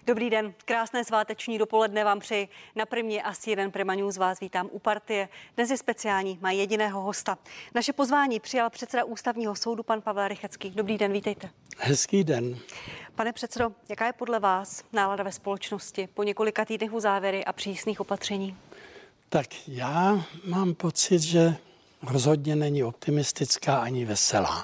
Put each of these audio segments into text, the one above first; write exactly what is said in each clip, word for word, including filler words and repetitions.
Dobrý den, krásné sváteční dopoledne vám přeji. Na Primě a C N N Prima News vás vítám u Partie. Dnes je speciální, má jediného hosta. Naše pozvání přijal předseda Ústavního soudu pan Pavel Rychetský. Dobrý den, vítejte. Hezký den. Pane předsedo, jaká je podle vás nálada ve společnosti po několika týdnech uzávěry a přísných opatření? Tak já mám pocit, že rozhodně není optimistická ani veselá.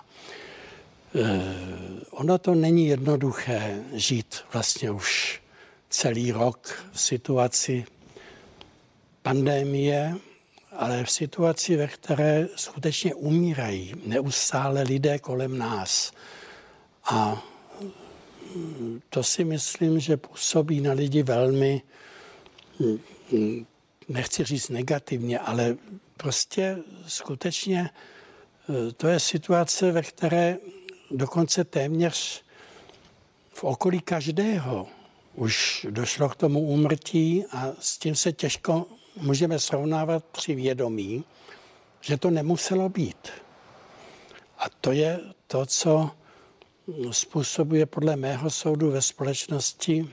Ono to není jednoduché žít vlastně už celý rok v situaci pandemie, ale v situaci, ve které skutečně umírají neustále lidé kolem nás. A to si myslím, že působí na lidi velmi, nechci říct negativně, ale prostě skutečně to je situace, ve které dokonce téměř v okolí každého už došlo k tomu úmrtí a s tím se těžko můžeme srovnávat při vědomí, že to nemuselo být. A to je to, co způsobuje podle mého soudu ve společnosti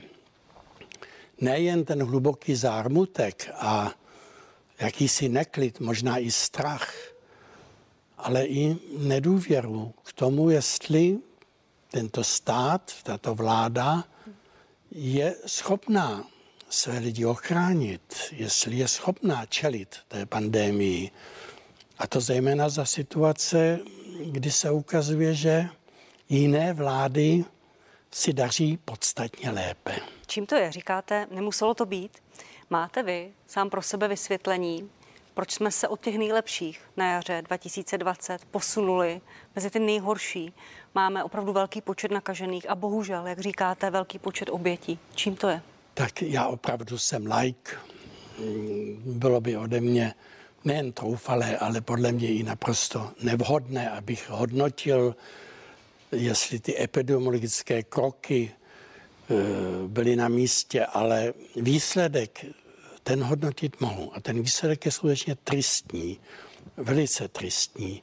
nejen ten hluboký zármutek a jakýsi neklid, možná i strach, ale i nedůvěru k tomu, jestli tento stát, tato vláda je schopná své lidi ochránit, jestli je schopná čelit té pandemii. A to zejména za situace, kdy se ukazuje, že jiné vlády si daří podstatně lépe. Čím to je? Říkáte, nemuselo to být. Máte vy sám pro sebe vysvětlení, proč jsme se od těch nejlepších na jaře dva tisíce dvacet posunuli mezi ty nejhorší? Máme opravdu velký počet nakažených a bohužel, jak říkáte, velký počet obětí. Čím to je? Tak já opravdu jsem laik. Bylo by ode mě nejen troufalé, ale podle mě i naprosto nevhodné, abych hodnotil, jestli ty epidemiologické kroky byly na místě, ale výsledek ten hodnotit mohu. A ten výsledek je skutečně tristní, velice tristní.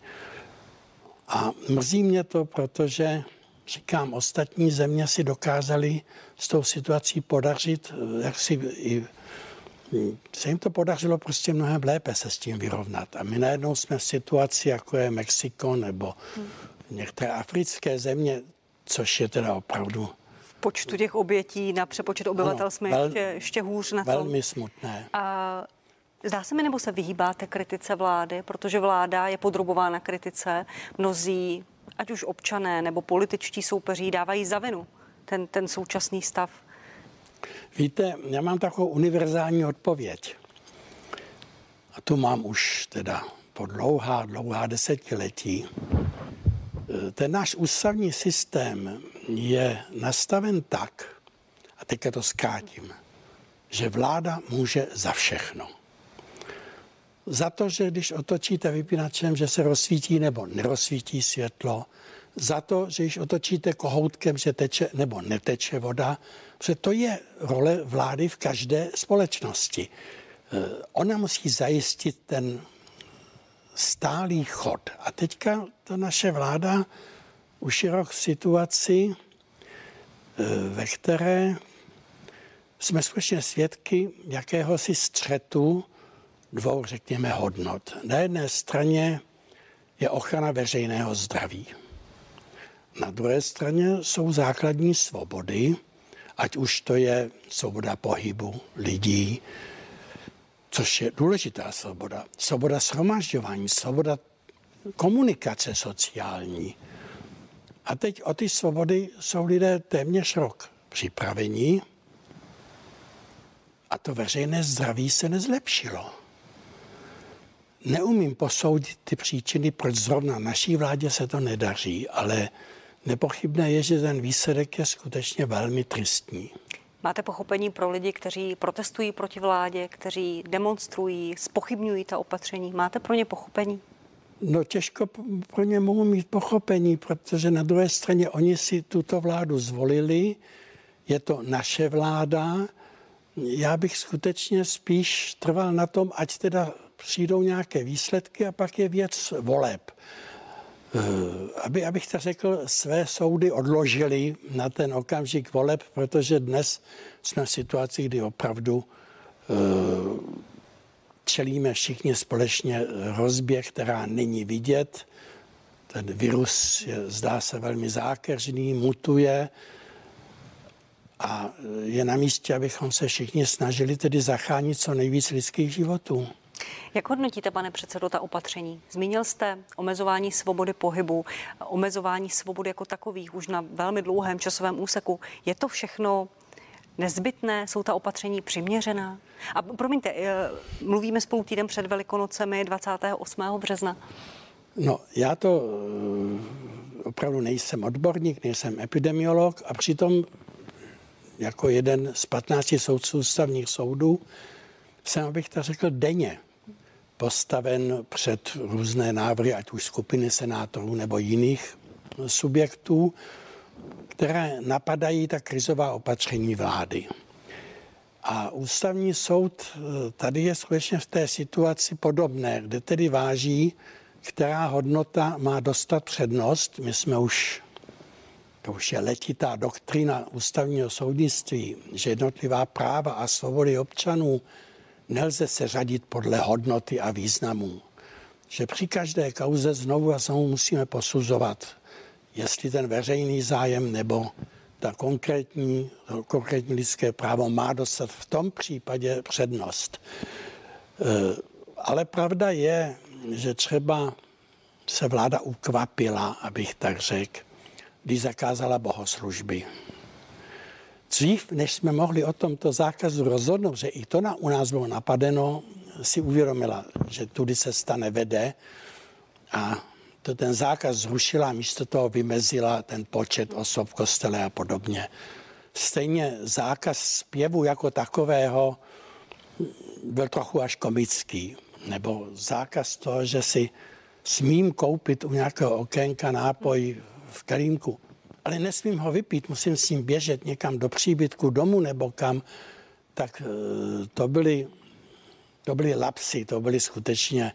A mrzí mě to, protože, říkám, ostatní země si dokázaly s tou situací podařit, jak si i, se jim to podařilo prostě mnohem lépe se s tím vyrovnat. A my najednou jsme v situaci, jako je Mexiko nebo některé africké země, což je teda opravdu počtu těch obětí na přepočet obyvatel ano, jsme vel, ještě, ještě hůř na tom. Velmi smutné. A zdá se mi, nebo se vyhýbáte kritice vlády, protože vláda je podrobována kritice. Mnozí, ať už občané nebo političtí soupeří, dávají za vinu ten, ten současný stav. Víte, já mám takovou univerzální odpověď. A tu mám už teda po dlouhá, dlouhá desetiletí. Ten náš ústavní systém je nastaven tak, a teďka to zkrátím, že vláda může za všechno. Za to, že když otočíte vypínačem, že se rozsvítí nebo nerozsvítí světlo, za to, že když otočíte kohoutkem, že teče nebo neteče voda, protože to je role vlády v každé společnosti. Ona musí zajistit ten stálý chod. A teďka ta naše vláda už je rok v situaci, ve které jsme skutečně svědky jakéhosi střetu dvou, řekněme, hodnot. Na jedné straně je ochrana veřejného zdraví. Na druhé straně jsou základní svobody, ať už to je svoboda pohybu lidí, což je důležitá svoboda. Svoboda shromažďování, svoboda komunikace sociální. A teď o ty svobody jsou lidé téměř rok připraveni a to veřejné zdraví se nezlepšilo. Neumím posoudit ty příčiny, proč zrovna naší vládě se to nedaří, ale nepochybné je, že ten výsledek je skutečně velmi tristní. Máte pochopení pro lidi, kteří protestují proti vládě, kteří demonstrují, zpochybňují ta opatření? Máte pro ně pochopení? No těžko pro ně mohu mít pochopení, protože na druhé straně oni si tuto vládu zvolili, je to naše vláda. Já bych skutečně spíš trval na tom, ať teda přijdou nějaké výsledky a pak je věc voleb. aby, abych to řekl, své soudy odložili na ten okamžik voleb, protože dnes jsme v situaci, kdy opravdu čelíme všichni společně hrozbě, která není vidět. Ten virus je, zdá se velmi zákeřný, mutuje a je na místě, abychom se všichni snažili tedy zachránit co nejvíc lidských životů. Jak hodnotíte, pane předsedo, ta opatření? Zmínil jste omezování svobody pohybu, omezování svobody jako takových už na velmi dlouhém časovém úseku. Je to všechno nezbytné? Jsou ta opatření přiměřená? A promiňte, mluvíme spolu týden před Velikonocemi dvacátého osmého března. No, já to opravdu nejsem odborník, nejsem epidemiolog a přitom jako jeden z patnácti soudců ústavních soudů jsem, abych to řekl, denně postaven před různé návrhy, ať už skupiny senátorů nebo jiných subjektů, které napadají ta krizová opatření vlády. A ústavní soud tady je skutečně v té situaci podobné, kde tedy váží, která hodnota má dostat přednost. My jsme už, to už je letitá doktrína ústavního soudnictví, že jednotlivá práva a svobody občanů nelze se řadit podle hodnoty a významu. Že při každé kauze znovu a znovu musíme posuzovat, jestli ten veřejný zájem nebo ta konkrétní, to konkrétní lidské právo má dostat v tom případě přednost. Ale pravda je, že třeba se vláda ukvapila, abych tak řekl, když zakázala bohoslužby. Dřív, než jsme mohli o tomto zákazu rozhodnout, že i to na, u nás bylo napadeno, si uvědomila, že tudy se stane vede a to ten zákaz zrušila, místo toho vymezila ten počet osob v kostele a podobně. Stejně zákaz zpěvu jako takového byl trochu až komický. Nebo zákaz toho, že si smím koupit u nějakého okénka nápoj v kelímku, ale nesmím ho vypít, musím s ním běžet někam do příbytku domu nebo kam, tak to byly, to byly lapsy, to byly skutečně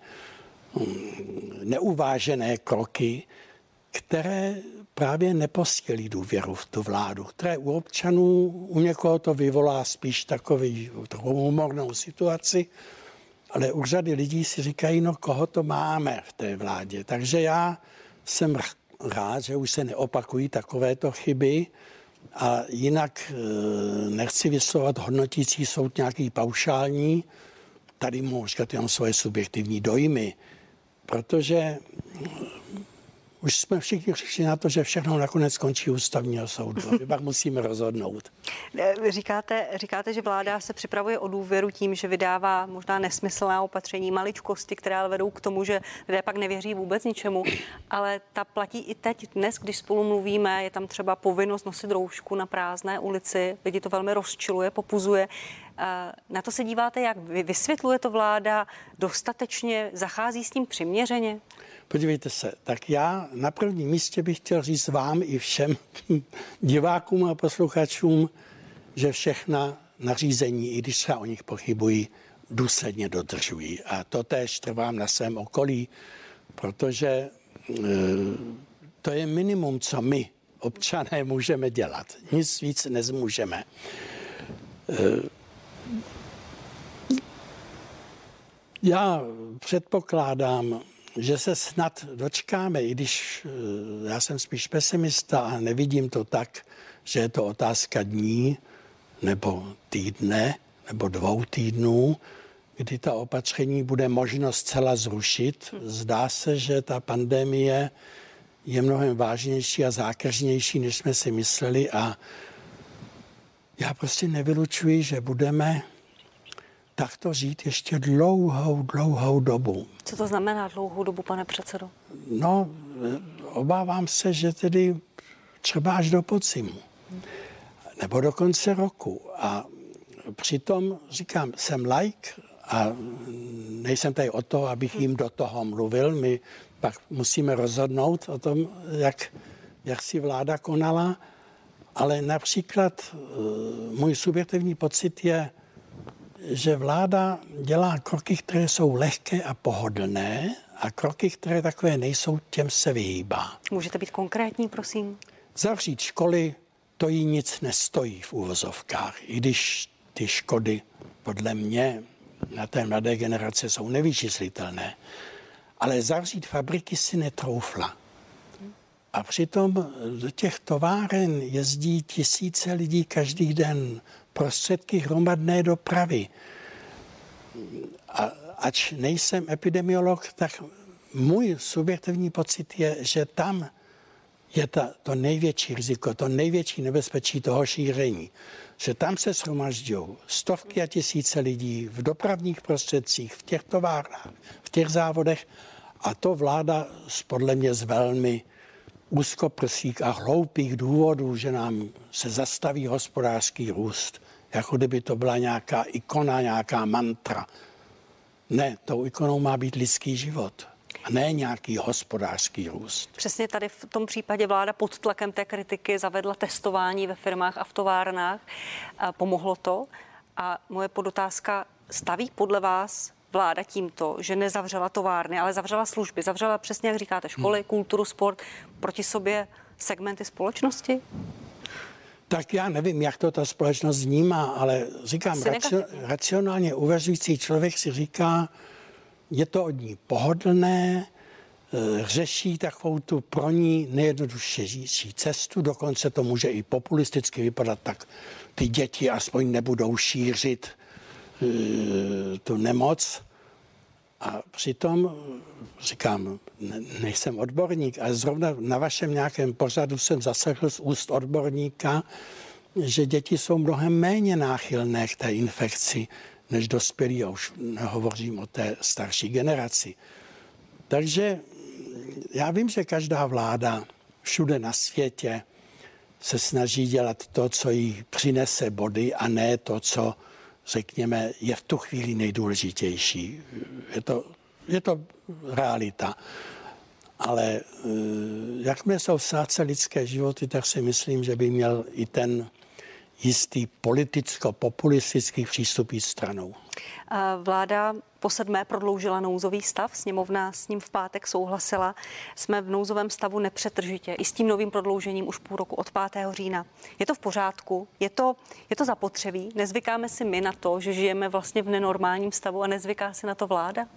neuvážené kroky, které právě neposílí důvěru v tu vládu, které u občanů, u někoho to vyvolá spíš takový, takovou humornou situaci, ale u řady lidí si říkají, no koho to máme v té vládě. Takže já jsem rád, že už se neopakují takovéto chyby a jinak nechci vyslovovat hodnotící soud nějaký paušální, tady mohu říkat jenom svoje subjektivní dojmy, protože už jsme všichni přišli na to, že všechno nakonec skončí ústavního soudu. My pak musíme rozhodnout. Říkáte, říkáte, že vláda se připravuje o důvěru tím, že vydává možná nesmyslná opatření, maličkosti, které vedou k tomu, že lidé pak nevěří vůbec ničemu. Ale ta platí i teď dnes, když spolu mluvíme, je tam třeba povinnost nosit roušku na prázdné ulici. Lidi to velmi rozčiluje, popuzuje. Na to se díváte, jak vysvětluje to vláda dostatečně, zachází s tím přiměřeně? Podívejte se, tak já na prvním místě bych chtěl říct vám i všem divákům a posluchačům, že všechna nařízení, i když třeba o nich pochybují, důsledně dodržují. A to též trvám na svém okolí, protože e, to je minimum, co my, občané, můžeme dělat. Nic víc nezmůžeme. E, já předpokládám, že se snad dočkáme, i když já jsem spíš pesimista a nevidím to tak, že je to otázka dní nebo týdne nebo dvou týdnů, kdy ta opatření bude možno zcela zrušit. Zdá se, že ta pandemie je mnohem vážnější a zákeřnější, než jsme si mysleli a já prostě nevylučuji, že budeme takto žít ještě dlouhou, dlouhou dobu. Co to znamená dlouhou dobu, pane předsedo? No, obávám se, že tedy třeba až do podzimu. Nebo do konce roku. A přitom, říkám, jsem laik a nejsem tady o to, abych jim do toho mluvil. My pak musíme rozhodnout o tom, jak, jak si vláda konala. Ale například můj subjektivní pocit je, že vláda dělá kroky, které jsou lehké a pohodlné a kroky, které takové nejsou, těm se vyhýbá. Můžete být konkrétní, prosím? Zavřít školy, to jí nic nestojí v úvozovkách, i když ty škody podle mě na té mladé generace jsou nevyčíslitelné. Ale zavřít fabriky si netroufla. A přitom do těch továren jezdí tisíce lidí každý den, prostředky hromadné dopravy. A ač nejsem epidemiolog, tak můj subjektivní pocit je, že tam je ta, to největší riziko, to největší nebezpečí toho šíření. Že tam se shromažďují stovky a tisíce lidí v dopravních prostředcích, v těch továrnách, v těch závodech a to vláda podle mě z velmi úzkoprsých a hloupých důvodů, že nám se zastaví hospodářský růst, jako kdyby to byla nějaká ikona, nějaká mantra. Ne, tou ikonou má být lidský život. A ne nějaký hospodářský růst. Přesně tady v tom případě vláda pod tlakem té kritiky zavedla testování ve firmách a v továrnách. Pomohlo to. A moje podotázka, staví podle vás vláda tímto, že nezavřela továrny, ale zavřela služby, zavřela přesně, jak říkáte, školy, hmm. kulturu, sport, proti sobě segmenty společnosti? Tak já nevím, jak to ta společnost vnímá, ale říkám, raci- racionálně uvažující člověk si říká, je to od ní pohodlné, řeší takovou tu pro ní nejjednodušší cestu, dokonce to může i populisticky vypadat, tak ty děti aspoň nebudou šířit tu nemoc. A přitom, říkám, ne, nejsem odborník, ale zrovna na vašem nějakém pořadu jsem zaslechl z úst odborníka, že děti jsou mnohem méně náchylné k té infekci než dospělí, a už nehovořím o té starší generaci. Takže já vím, že každá vláda všude na světě se snaží dělat to, co jí přinese body, a ne to, co, řekněme, je v tu chvíli nejdůležitější. Je to, je to realita. Ale jakmile jsou v sázce lidské životy, tak si myslím, že by měl i ten jistý politicko-populistický přístup jít stranou. Vláda po sedmé prodloužila nouzový stav, sněmovna s ním v pátek souhlasila. Jsme v nouzovém stavu nepřetržitě, i s tím novým prodloužením už půl roku od pátého října. Je to v pořádku? Je to, je to zapotřebí? Nezvykáme si my na to, že žijeme vlastně v nenormálním stavu a nezvyká si na to vláda?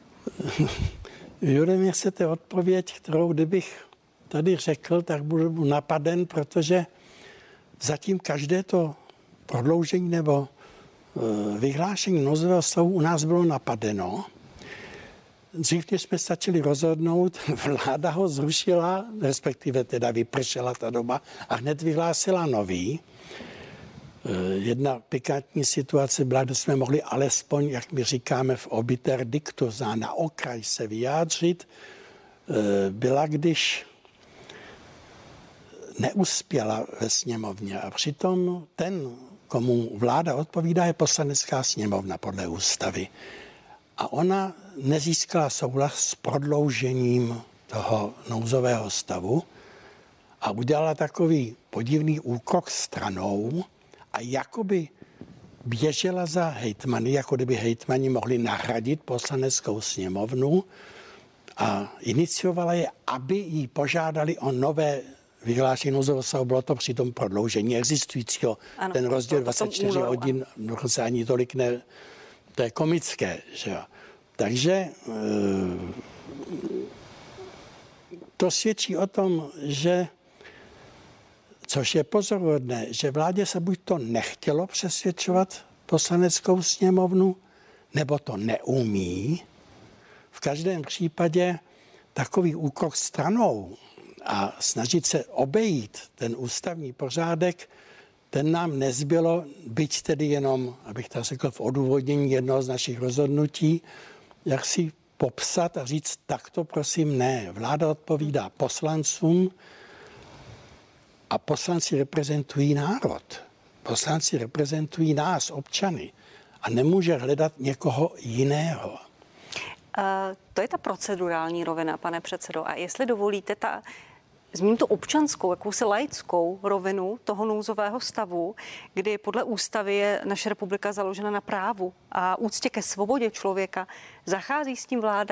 Vy ode mě chcete odpověď, kterou kdybych tady řekl, tak budu napaden, protože zatím každé to prodloužení nebo vyhlášení nouzového stavu u nás bylo napadeno. Dřív, než jsme stačili rozhodnout, vláda ho zrušila, respektive teda vypršela ta doba a hned vyhlásila nový. Jedna pikantní situace byla, kde jsme mohli alespoň, jak my říkáme v obiter dictu, na okraj se vyjádřit, byla, když neuspěla ve sněmovně. A přitom ten, komu vláda odpovídá, je Poslanecká sněmovna podle ústavy. A ona nezískala souhlas s prodloužením toho nouzového stavu a udělala takový podivný úkrok stranou a jakoby běžela za hejtmany, jako kdyby hejtmani mohli nahradit Poslaneckou sněmovnu a iniciovala je, aby jí požádali o nové vyhlášení nouzového stavu. Bylo to při tom prodloužení existujícího. Ano, ten rozdíl dvacet čtyři hodin, dokonce ani tolik ne, to je komické. Že jo. Takže to svědčí o tom, že, což je pozoruhodné, že vládě se buď to nechtělo přesvědčovat Poslaneckou sněmovnu, nebo to neumí. V každém případě takový úkrok stranou a snažit se obejít ten ústavní pořádek, ten nám nezbylo, byť tedy jenom, abych tak řekl, v odůvodnění jednoho z našich rozhodnutí, jak si popsat a říct, takto prosím ne. Vláda odpovídá poslancům a poslanci reprezentují národ. Poslanci reprezentují nás, občany, a nemůže hledat někoho jiného. Uh, to je ta procedurální rovina, pane předsedo. A jestli dovolíte, ta, zmíním tu občanskou, jakousi laickou rovinu toho nouzového stavu, kdy podle ústavy je naše republika založena na právu a úctě ke svobodě člověka. Zachází s tím vláda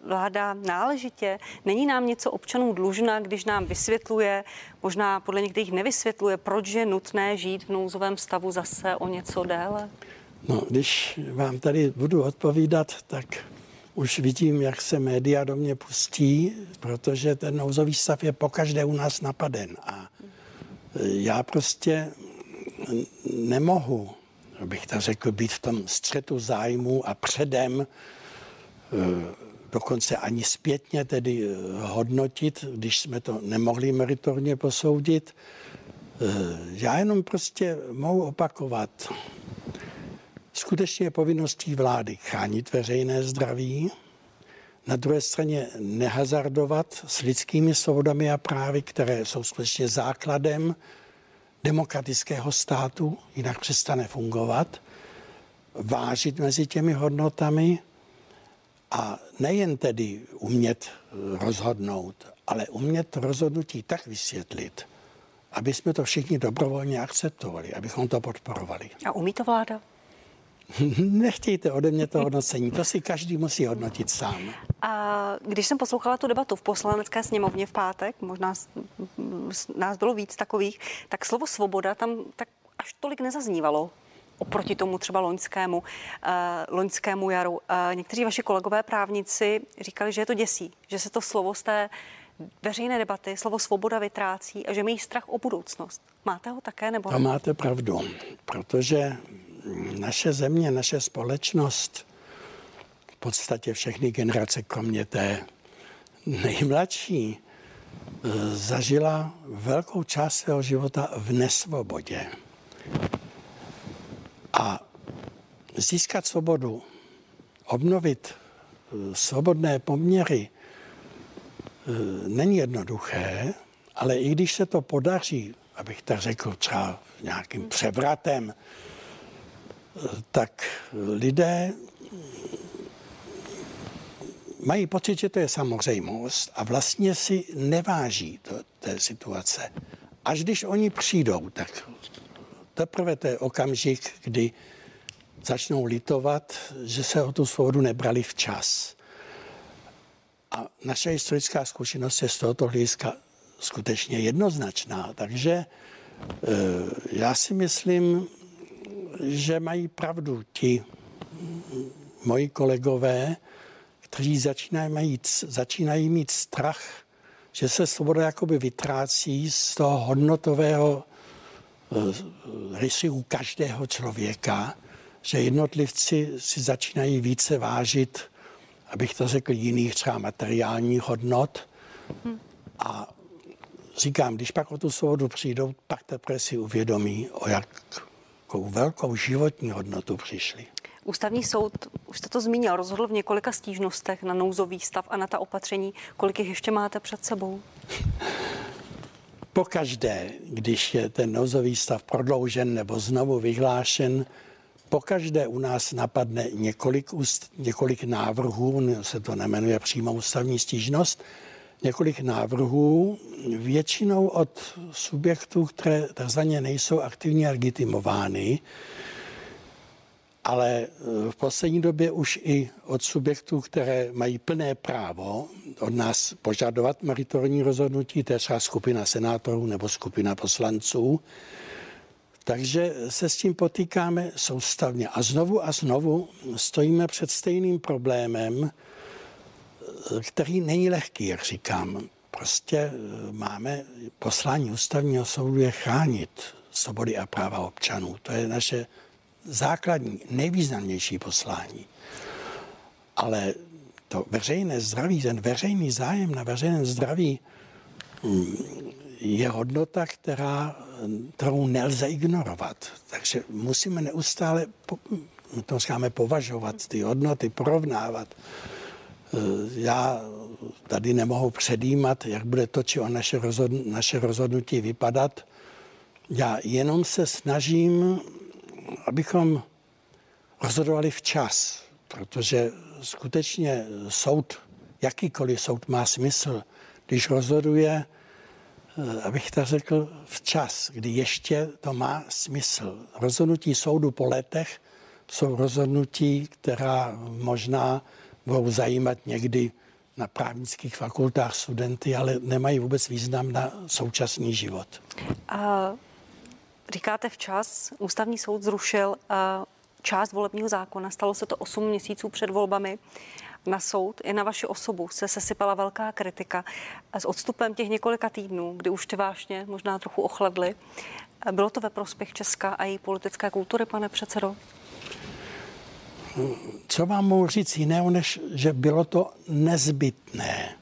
vláda náležitě? Není nám něco občanů dlužna, když nám vysvětluje, možná podle některých nevysvětluje, proč je nutné žít v nouzovém stavu zase o něco déle? No, když vám tady budu odpovídat, tak už vidím, jak se média do mě pustí, protože ten nouzový stav je pokaždé u nás napaden. A já prostě nemohu, abych tak řekl, být v tom střetu zájmu a předem, dokonce ani zpětně tedy hodnotit, když jsme to nemohli meritorně posoudit. Já jenom prostě mohu opakovat. Skutečně je povinností vlády chránit veřejné zdraví, na druhé straně nehazardovat s lidskými svobodami a právy, které jsou skutečně základem demokratického státu, jinak přestane fungovat, vážit mezi těmi hodnotami a nejen tedy umět rozhodnout, ale umět rozhodnutí tak vysvětlit, aby jsme to všichni dobrovolně akceptovali, abychom to podporovali. A umí to vláda? Nechtějte ode mě to hodnocení, to si každý musí hodnotit sám. A když jsem poslouchala tu debatu v Poslanecké sněmovně v pátek, možná nás bylo víc takových, tak slovo svoboda tam tak až tolik nezaznívalo oproti tomu třeba loňskému, uh, loňskému jaru. Uh, někteří vaši kolegové právníci říkali, že je to děsí, že se to slovo z té veřejné debaty, slovo svoboda vytrácí a že mají strach o budoucnost. Máte ho také nebo ne? To máte pravdu, protože naše země, naše společnost, v podstatě všechny generace, kromě té nejmladší, zažila velkou část svého života v nesvobodě. A získat svobodu, obnovit svobodné poměry není jednoduché, ale i když se to podaří, abych tak řekl, třeba nějakým převratem, tak lidé mají pocit, že to je samozřejmost a vlastně si neváží to, té situace. Až když oni přijdou, tak teprve to je okamžik, kdy začnou litovat, že se o tu svobodu nebrali včas. A naše historická zkušenost je z tohoto hlediska skutečně jednoznačná. Takže já si myslím, že mají pravdu ti moji kolegové, kteří začínají mít, začínají mít strach, že se svoboda jakoby vytrácí z toho hodnotového rysu každého člověka, že jednotlivci si začínají více vážit, abych to řekl, jiných třeba materiálních hodnot. Hmm. A říkám, když pak o tu svobodu přijdou, pak teprve si uvědomí, o jakou velkou životní hodnotu přišli. Ústavní soud, už jste to zmínil, rozhodl v několika stížnostech na nouzový stav a na ta opatření. Kolik jich ještě máte před sebou? Pokaždé, když je ten nouzový stav prodloužen nebo znovu vyhlášen, pokaždé u nás napadne několik, úst, několik návrhů, se to nemenuje přímo ústavní stížnost, několik návrhů, většinou od subjektů, které takzvaně nejsou aktivně legitimovány, ale v poslední době už i od subjektů, které mají plné právo od nás požadovat meritorní rozhodnutí, to je třeba skupina senátorů nebo skupina poslanců. Takže se s tím potýkáme soustavně. A znovu a znovu stojíme před stejným problémem, který není lehký, jak říkám. Prostě máme poslání ústavního soudu je chránit svobody a práva občanů. To je naše základní, nejvýznamnější poslání. Ale to veřejné zdraví, ten veřejný zájem na veřejném zdraví je hodnota, která, kterou nelze ignorovat. Takže musíme neustále, to říkáme, považovat ty hodnoty, porovnávat. Já tady nemohu předjímat, jak bude to, či o naše, rozhodn- naše rozhodnutí vypadat. Já jenom se snažím, abychom rozhodovali včas, protože skutečně soud, jakýkoliv soud má smysl, když rozhoduje, abych tak řekl, včas, kdy ještě to má smysl. Rozhodnutí soudu po letech jsou rozhodnutí, která možná budou zajímat někdy na právnických fakultách studenty, ale nemají vůbec význam na současný život. A říkáte včas, Ústavní soud zrušil část volebního zákona, stalo se to osm měsíců před volbami. Na soud i na vaši osobu se sesypala velká kritika. A s odstupem těch několika týdnů, kdy už ty vášně možná trochu ochladly, bylo to ve prospěch Česka a její politické kultury, pane předsedo? Co vám mohu říct jiného, než že bylo to nezbytné.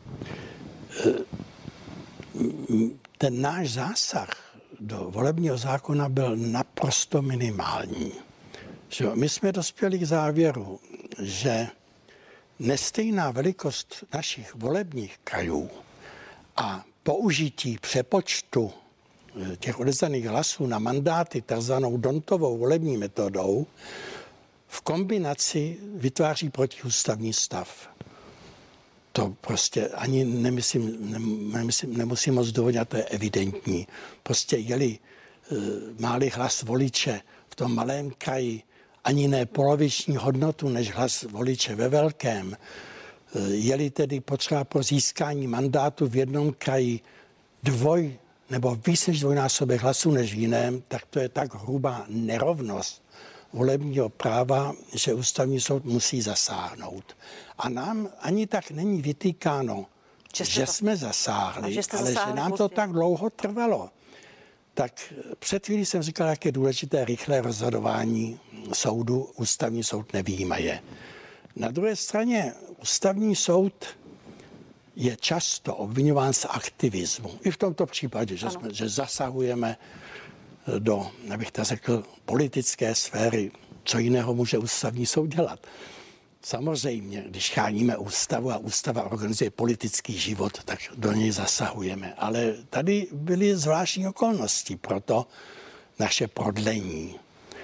Ten náš zásah do volebního zákona byl naprosto minimální. My jsme dospěli k závěru, že nestejná velikost našich volebních krajů a použití přepočtu těch odevzdaných hlasů na mandáty takzvanou Dontovou volební metodou v kombinaci vytváří protiústavní stav. To prostě ani nemyslím, nemyslím, nemusím moc dovodit, to je evidentní. Prostě jeli, má-li hlas voliče v tom malém kraji ani ne poloviční hodnotu než hlas voliče ve velkém, je-li tedy potřeba pro získání mandátu v jednom kraji dvoj nebo víc než dvojnásobek hlasů než v jiném, tak to je tak hrubá nerovnost volebního práva, že Ústavní soud musí zasáhnout. A nám ani tak není vytýkáno, že, že to... jsme zasáhli, že ale že nám to tak dlouho trvalo. Tak před chvílí jsem říkal, jak je důležité rychlé rozhodování soudu. Ústavní soud nevyjímaje. Na druhé straně Ústavní soud je často obviňován z aktivismu. I v tomto případě, že, jsme, že zasahujeme do, abych to řekl, politické sféry. Co jiného může Ústavní soud dělat? Samozřejmě, když chráníme ústavu a ústava organizuje politický život, tak do něj zasahujeme. Ale tady byly zvláštní okolnosti, proto naše prodlení.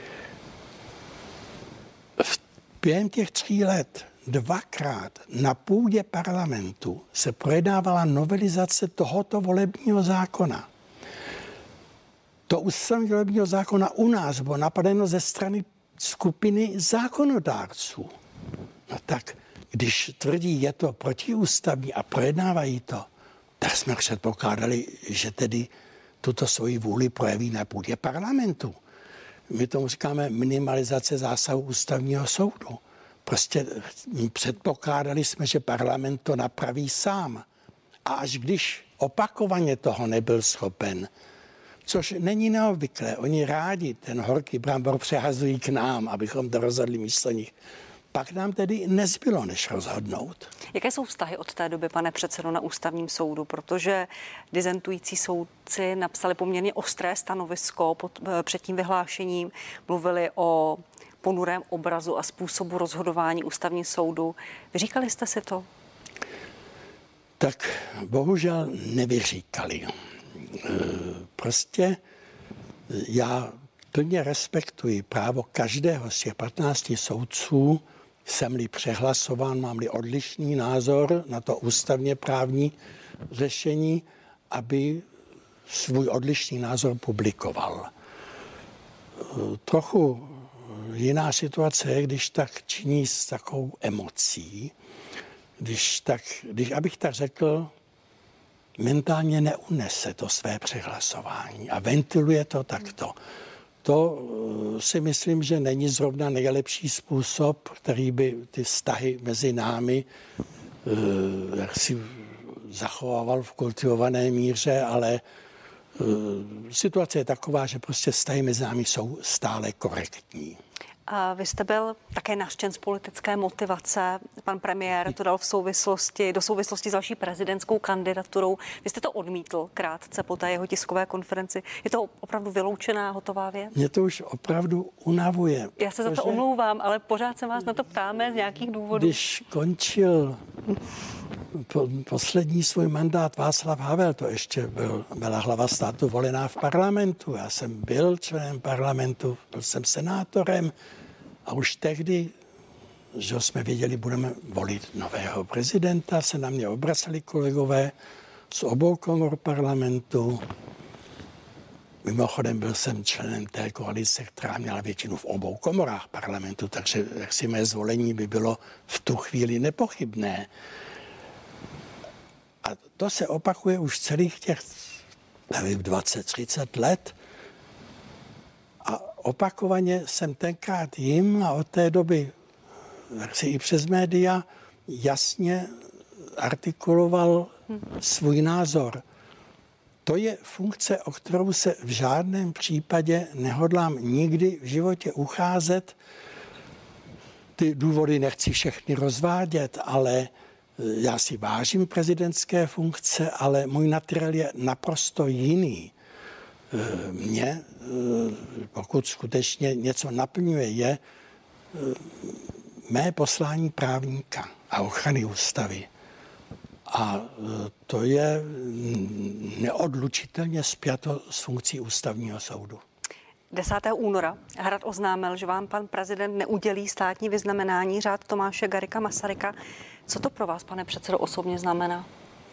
V během těch tří let dvakrát na půdě parlamentu se projednávala novelizace tohoto volebního zákona. To ústavní volebního zákona u nás bylo napadeno ze strany skupiny zákonodárců. No tak, když tvrdí, je to protiústavní a projednávají to, tak jsme předpokládali, že tedy tuto svoji vůli projeví na půdě parlamentu. My tomu říkáme minimalizace zásahu Ústavního soudu. Prostě předpokládali jsme, že parlament to napraví sám. A až když opakovaně toho nebyl schopen, což není neobvyklé, oni rádi ten horký brambor přehazují k nám, abychom to rozhodli místo nich. Pak nám tedy nezbylo, než rozhodnout. Jaké jsou vztahy od té doby, pane předsedo, na Ústavním soudu? Protože disentující soudci napsali poměrně ostré stanovisko pod, před tím vyhlášením, mluvili o ponurém obrazu a způsobu rozhodování Ústavního soudu. Vyříkali jste si to? Tak bohužel nevyříkali. Prostě já plně respektuji právo každého z těch patnácti soudců, jsem-li přehlasován, mám-li odlišný názor na to ústavně právní řešení, aby svůj odlišný názor publikoval. Trochu jiná situace je, když tak činí s takovou emocí, když, tak, když abych tak řekl, mentálně neunese to své přehlasování a ventiluje to takto. To si myslím, že není zrovna nejlepší způsob, který by ty vztahy mezi námi jak si zachovával v kultivované míře, ale situace je taková, že prostě vztahy mezi námi jsou stále korektní. A vy jste byl také nařčen z politické motivace. Pan premiér to dal v souvislosti, do souvislosti s vaší prezidentskou kandidaturou. Vy jste to odmítl krátce po té jeho tiskové konferenci. Je to opravdu vyloučená, hotová věc? Mě to už opravdu unavuje. Já se za to omlouvám, ale pořád se vás na to ptáme z nějakých důvodů. Když končil po, poslední svůj mandát Václav Havel, to ještě byl, byla hlava státu volená v parlamentu. Já jsem byl členem parlamentu, byl jsem senátorem a už tehdy, že jsme věděli, budeme volit nového prezidenta, se na mě obraceli kolegové z obou komor parlamentu. Mimochodem byl jsem členem té koalice, která měla většinu v obou komorách parlamentu, takže jaksi mé zvolení by bylo v tu chvíli nepochybné. A to se opakuje už celých těch, nevím, dvacet třicet let. A opakovaně jsem tenkrát jim a od té doby jaksi i přes média jasně artikuloval svůj názor. To je funkce, o kterou se v žádném případě nehodlám nikdy v životě ucházet. Ty důvody nechci všechny rozvádět, ale já si vážím prezidentské funkce, ale můj naturel je naprosto jiný. Mě, pokud skutečně něco naplňuje, je mé poslání právníka a ochrany ústavy. A to je neodlučitelně spjato s funkcí ústavního soudu. desátého února Hrad oznámil, že vám pan prezident neudělí státní vyznamenání Řád Tomáše Garrigua Masaryka. Co to pro vás, pane předsedo, osobně znamená?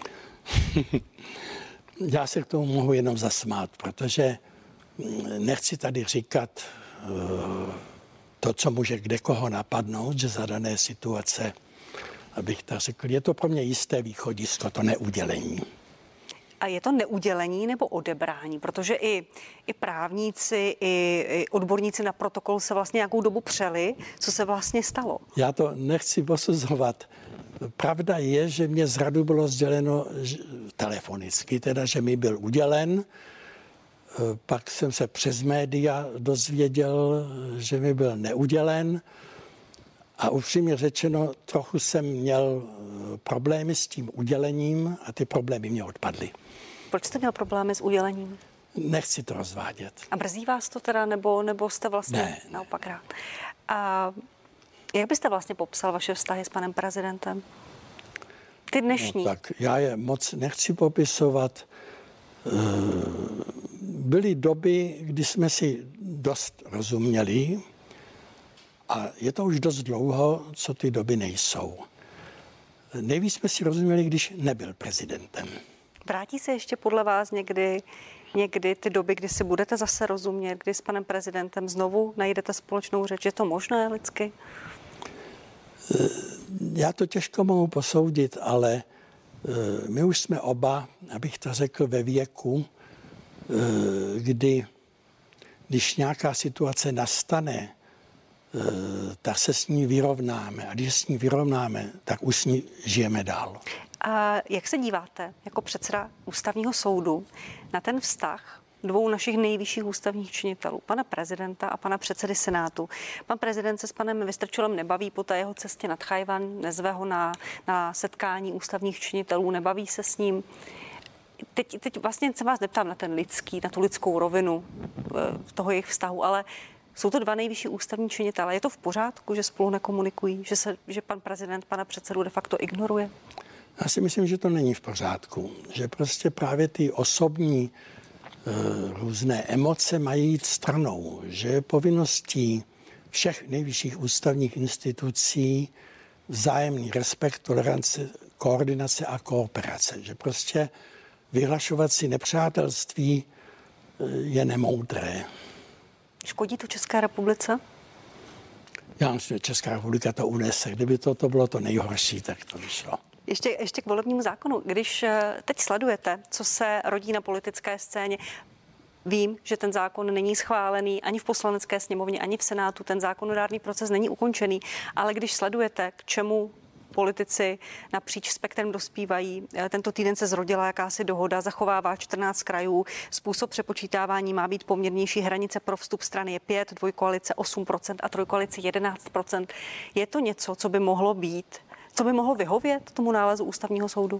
Já se k tomu mohu jenom zasmát, protože nechci tady říkat to, co může kde koho napadnout, že za dané situace, abych tak řekl, je to pro mě jisté východisko, to neudělení. A je to neudělení nebo odebrání? Protože i, i právníci, i, i odborníci na protokol se vlastně nějakou dobu přeli. Co se vlastně stalo? Já to nechci posuzovat. Pravda je, že mě z Hradu bylo sděleno telefonicky, teda, že mi byl udělen. Pak jsem se přes média dozvěděl, že mi byl neudělen. A upřímně řečeno, trochu jsem měl problémy s tím udělením a ty problémy mě odpadly. Proč jste měl problémy s udělením? Nechci to rozvádět. A mrzí vás to teda, nebo, nebo jste vlastně ne, naopak rád? A jak byste vlastně popsal vaše vztahy s panem prezidentem? Ty dnešní. No, tak já je moc nechci popisovat. Byly doby, kdy jsme si dost rozuměli a je to už dost dlouho, co ty doby nejsou. Nejvíc jsme si rozuměli, když nebyl prezidentem. Vrátí se ještě podle vás někdy, někdy ty doby, kdy si budete zase rozumět, kdy s panem prezidentem znovu najdete společnou řeč? Je to možné lidsky? Já to těžko mohu posoudit, ale my už jsme oba, abych to řekl, ve věku, kdy, když nějaká situace nastane, tak se s ní vyrovnáme. A když s ní vyrovnáme, tak už s ní žijeme dál. A jak se díváte jako předseda Ústavního soudu na ten vztah dvou našich nejvyšších ústavních činitelů, pana prezidenta a pana předsedy Senátu? Pan prezident se s panem Vystrčilem nebaví po té jeho cestě nad Tchaj-wan, nezve ho na, na setkání ústavních činitelů, nebaví se s ním. Teď, teď vlastně se vás neptám na ten lidský, na tu lidskou rovinu toho jejich vztahu, ale jsou to dva nejvyšší ústavní činitelé. Je to v pořádku, že spolu nekomunikují, že, se, že pan prezident pana předsedu de facto ignoruje? Já si myslím, že to není v pořádku. Že prostě právě ty osobní e, různé emoce mají jít stranou. Že je povinností všech nejvyšších ústavních institucí vzájemný respekt, tolerance, koordinace a kooperace. Že prostě vyhlašovat si nepřátelství je nemoudré. Škodí to České republice? Já myslím, že Česká republika to unese. Kdyby to, to bylo to nejhorší, tak to vyšlo. Ještě, ještě k volebnímu zákonu. Když teď sledujete, co se rodí na politické scéně, vím, že ten zákon není schválený ani v Poslanecké sněmovně, ani v Senátu. Ten zákonodárný proces není ukončený. Ale když sledujete, k čemu politici napříč spektrem dospívají. Tento týden se zrodila jakási dohoda, zachovává čtrnáct krajů. Způsob přepočítávání má být poměrnější. Hranice pro vstup strany je pět, dvojkoalice osm procent a trojkoalice jedenáct procent. Je to něco, co by mohlo být, co by mohlo vyhovět tomu nálezu Ústavního soudu?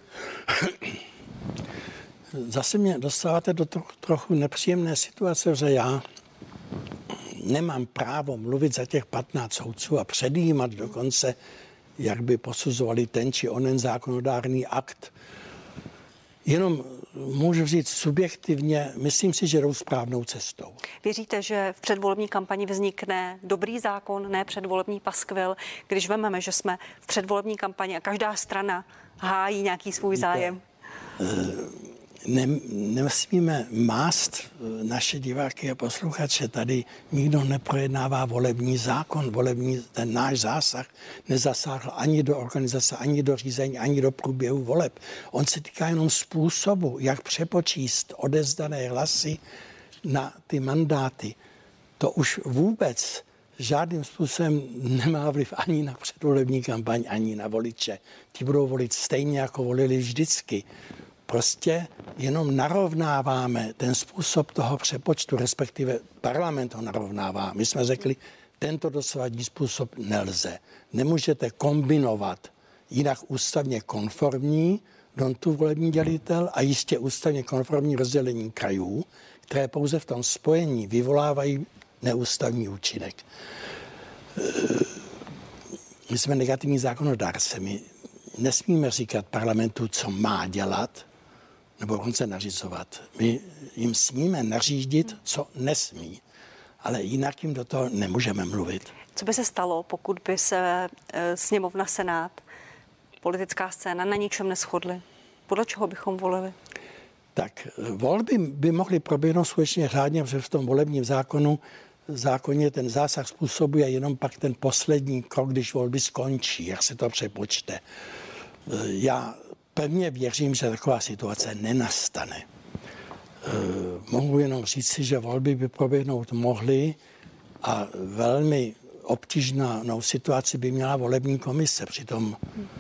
Zase mě dostáváte do tro, trochu nepříjemné situace, že já nemám právo mluvit za těch patnáct soudců a předjímat dokonce, jak by posuzovali ten či onen zákonodárný akt. Jenom můžu říct subjektivně, myslím si, že jdou správnou cestou. Věříte, že v předvolební kampani vznikne dobrý zákon, ne předvolební paskvil, když vememe, že jsme v předvolební kampani a každá strana hájí nějaký svůj zájem? ne, nesmíme mást naše diváky a posluchače. Tady nikdo neprojednává volební zákon. Volební, ten náš zásah nezasáhl ani do organizace, ani do řízení, ani do průběhu voleb. On se týká jenom způsobu, jak přepočíst odevzdané hlasy na ty mandáty. To už vůbec žádným způsobem nemá vliv ani na předvolební kampaň, ani na voliče. Ti budou volit stejně, jako volili vždycky. Prostě jenom narovnáváme ten způsob toho přepočtu, respektive parlament ho narovnává. My jsme řekli, tento dosavadní způsob nelze. Nemůžete kombinovat jinak ústavně konformní dontu volební dělitel a jistě ústavně konformní rozdělení krajů, které pouze v tom spojení vyvolávají neústavní účinek. My jsme negativní zákonodárce. My nesmíme říkat parlamentu, co má dělat, nebo dokonce nařizovat. My jim smíme nařídit, co nesmí, ale jinak jim do toho nemůžeme mluvit. Co by se stalo, pokud by se e, sněmovna, senát, politická scéna na ničem neshodly? Podle čeho bychom volili? Tak volby by mohly proběhnout skutečně řádně, protože v tom volebním zákonu zákoně ten zásah způsobuje jenom pak ten poslední krok, když volby skončí, jak se to přepočte. Já pevně věřím, že taková situace nenastane. Mohu jenom říci, že volby by proběhnout mohly a velmi obtížnou situaci by měla volební komise. Přitom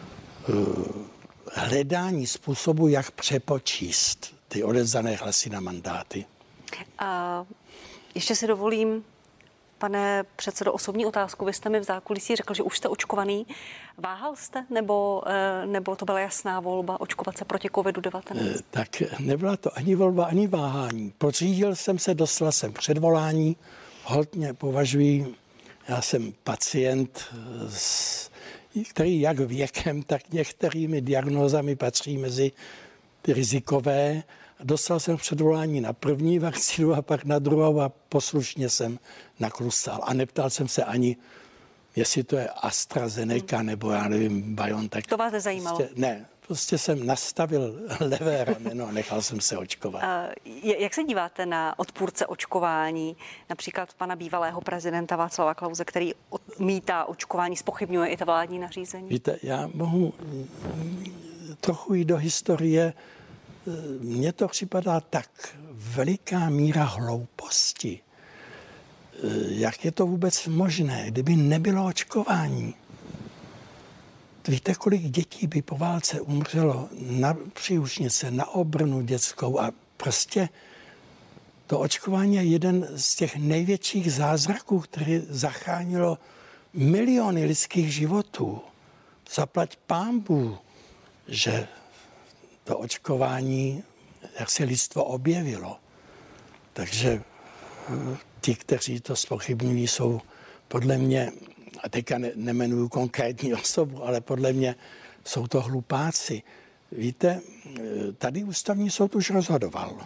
hledání způsobu, jak přepočíst ty odevzdané hlasy na mandáty. A ještě si dovolím, pane předsedo, osobní otázku. Vy jste mi v zákulisí řekl, že už jste očkovaný. Váhal jste, nebo, nebo to byla jasná volba očkovat se proti kovidu devatenáct? Tak nebyla to ani volba, ani váhání. Podřídil jsem se, dostal jsem předvolání. Hodně považuji, já jsem pacient, který jak věkem, tak některými diagnózami patří mezi ty rizikové. Dostal jsem předvolání na první vakcínu a pak na druhou a poslušně jsem naklusal. A neptal jsem se ani, jestli to je AstraZeneca hmm. nebo já nevím, BioNTech. To vás nezajímalo? Prostě, ne, prostě jsem nastavil levé rameno a nechal jsem se očkovat. A jak se díváte na odpůrce očkování, například pana bývalého prezidenta Václava Klause, který odmítá očkování, zpochybňuje i ta vládní nařízení? Víte, já mohu trochu jít do historie. Mně to připadá tak veliká míra hlouposti. Jak je to vůbec možné, kdyby nebylo očkování? Víte, kolik dětí by po válce umřelo na příušnice, na obrnu dětskou a prostě to očkování je jeden z těch největších zázraků, který zachránilo miliony lidských životů. Zaplať pánbůh, že to očkování, jak se lidstvo objevilo. Takže ti, kteří to zpochybňují, jsou podle mě, a teďka ne, nemenuju konkrétní osobu, ale podle mě jsou to hlupáci. Víte, tady ústavní soud už rozhodoval.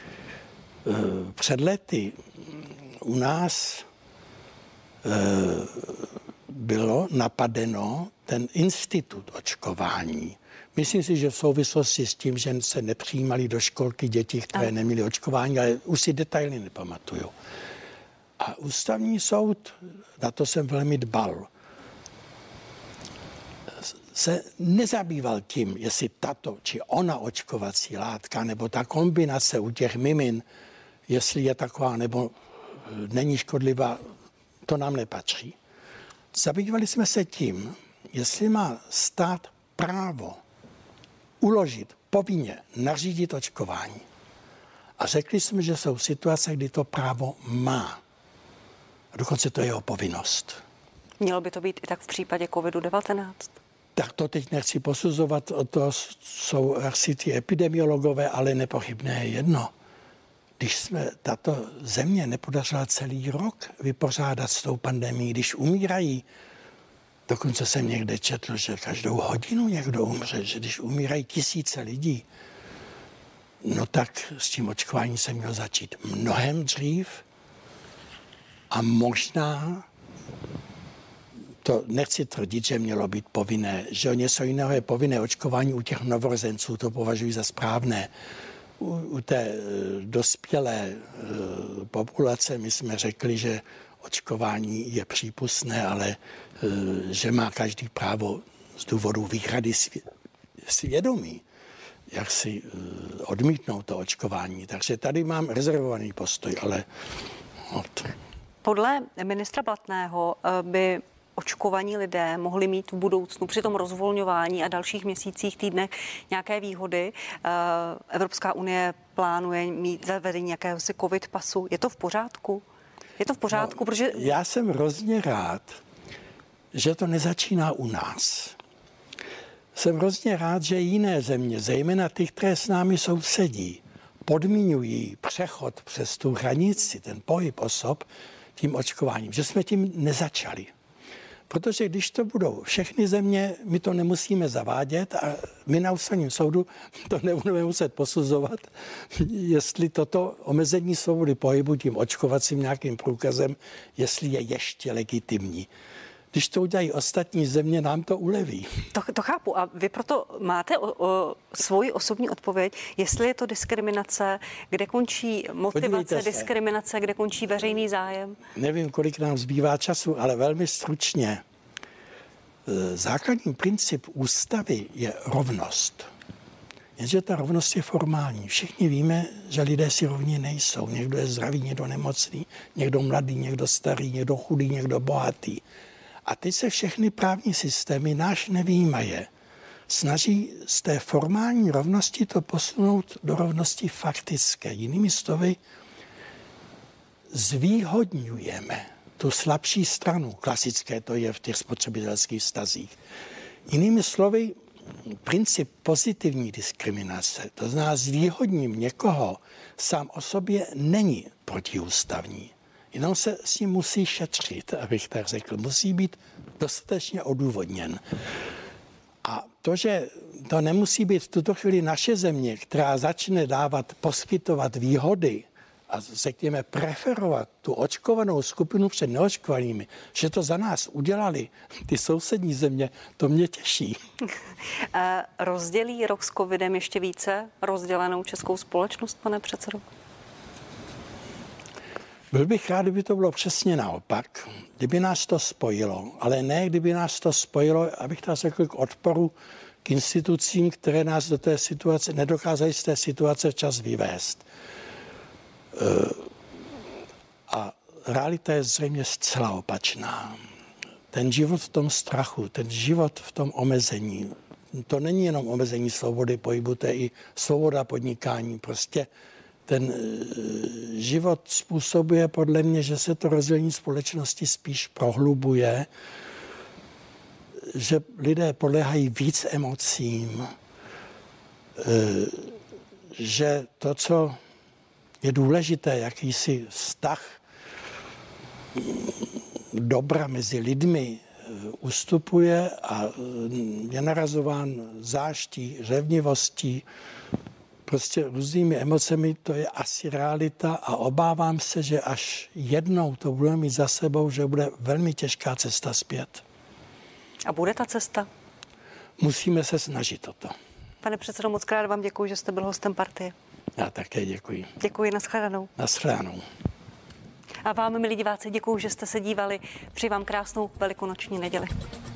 Před lety u nás bylo napadeno ten institut očkování. Myslím si, že v souvislosti s tím, že se nepřijímali do školky děti, které neměly očkování, ale už si detaily nepamatuju. A ústavní soud, na to jsem velmi dbal, se nezabýval tím, jestli tato či ona očkovací látka, nebo ta kombinace u těch mimin, jestli je taková nebo není škodlivá, to nám nepatří. Zabývali jsme se tím, jestli má stát právo uložit, povinně nařídit očkování. A řekli jsme, že jsou situace, kdy to právo má. A dokonce to je jeho povinnost. Mělo by to být i tak v případě kovidu devatenáct? Tak to teď nechci posuzovat, to jsou asi ty epidemiologové, ale nepochybné je jedno. Když jsme tato země nepodařila celý rok vypořádat s tou pandemií, když umírají, dokonce jsem někde četl, že každou hodinu někdo umře, že když umírají tisíce lidí, no tak s tím očkováním se mělo začít mnohem dřív a možná, to nechci tvrdit, že mělo být povinné, že něco jiného je povinné očkování u těch novorozenců, to považuji za správné. u, u té dospělé populace my jsme řekli, že očkování je přípustné, ale že má každý právo z důvodu výhrady svědomí, jak si odmítnout to očkování. Takže tady mám rezervovaný postoj, ale... Od... Podle ministra Blatného by očkovaní lidé mohli mít v budoucnu při tom rozvolňování a dalších měsících, týdnech nějaké výhody. Evropská unie plánuje mít zavedení nějakého si covid pasu. Je to v pořádku? Je to v pořádku, no, protože... Já jsem hrozně rád, že to nezačíná u nás. Jsem hrozně rád, že jiné země, zejména ty, které s námi sousedí, podmiňují přechod přes tu hranici, ten pohyb osob, tím očkováním, že jsme tím nezačali. Protože když to budou všechny země, my to nemusíme zavádět a my na ústavním soudu to nebudeme muset posuzovat, jestli toto omezení svobody pohybu tím očkovacím nějakým průkazem, jestli je ještě legitimní. Když to udělají ostatní země, nám to uleví. To, to chápu. A vy proto máte o, o, svoji osobní odpověď, jestli je to diskriminace, kde končí motivace, diskriminace, kde končí veřejný zájem? Nevím, kolik nám zbývá času, ale velmi stručně. Základní princip ústavy je rovnost. Jenže ta rovnost je formální. Všichni víme, že lidé si rovní nejsou. Někdo je zdravý, někdo nemocný, někdo mladý, někdo starý, někdo chudý, někdo bohatý. A teď se všechny právní systémy, náš nevyjímaje, snaží z té formální rovnosti to posunout do rovnosti faktické. Jinými slovy, zvýhodňujeme tu slabší stranu. Klasické to je v těch spotřebitelských vztazích. Jinými slovy, princip pozitivní diskriminace, to znamená zvýhodním někoho, sám o sobě není protiústavní. Jenom se s ním musí šetřit, abych tak řekl. Musí být dostatečně odůvodněn. A to, že to nemusí být v tuto chvíli naše země, která začne dávat, poskytovat výhody a řekněme preferovat tu očkovanou skupinu před neočkovanými, že to za nás udělali ty sousední země, to mě těší. Rozdělí rok s covidem ještě více rozdělenou českou společnost, pane předsedo? Byl bych rád, kdyby to bylo přesně naopak, kdyby nás to spojilo, ale ne, kdyby nás to spojilo, abych to řekl, k odporu k institucím, které nás do té situace, nedokázají z té situace včas vyvést. A realita je zřejmě zcela opačná. Ten život v tom strachu, ten život v tom omezení, to není jenom omezení svobody pohybu, to je i svoboda podnikání, prostě ten život způsobuje podle mě, že se to rozdělení společnosti spíš prohlubuje, že lidé podléhají víc emocím, že to, co je důležité, jakýsi vztah dobra mezi lidmi ustupuje a je narazován záští, řevnivostí, prostě různými emocemi, to je asi realita a obávám se, že až jednou to budeme mít za sebou, že bude velmi těžká cesta zpět. A bude ta cesta? Musíme se snažit o to. Pane předsedo, moc krát vám děkuji, že jste byl hostem Partie. Já také děkuji. Děkuji, nashledanou. Nashledanou. A vám, milí diváci, děkuji, že jste se dívali. Přeji vám krásnou velikonoční neděli.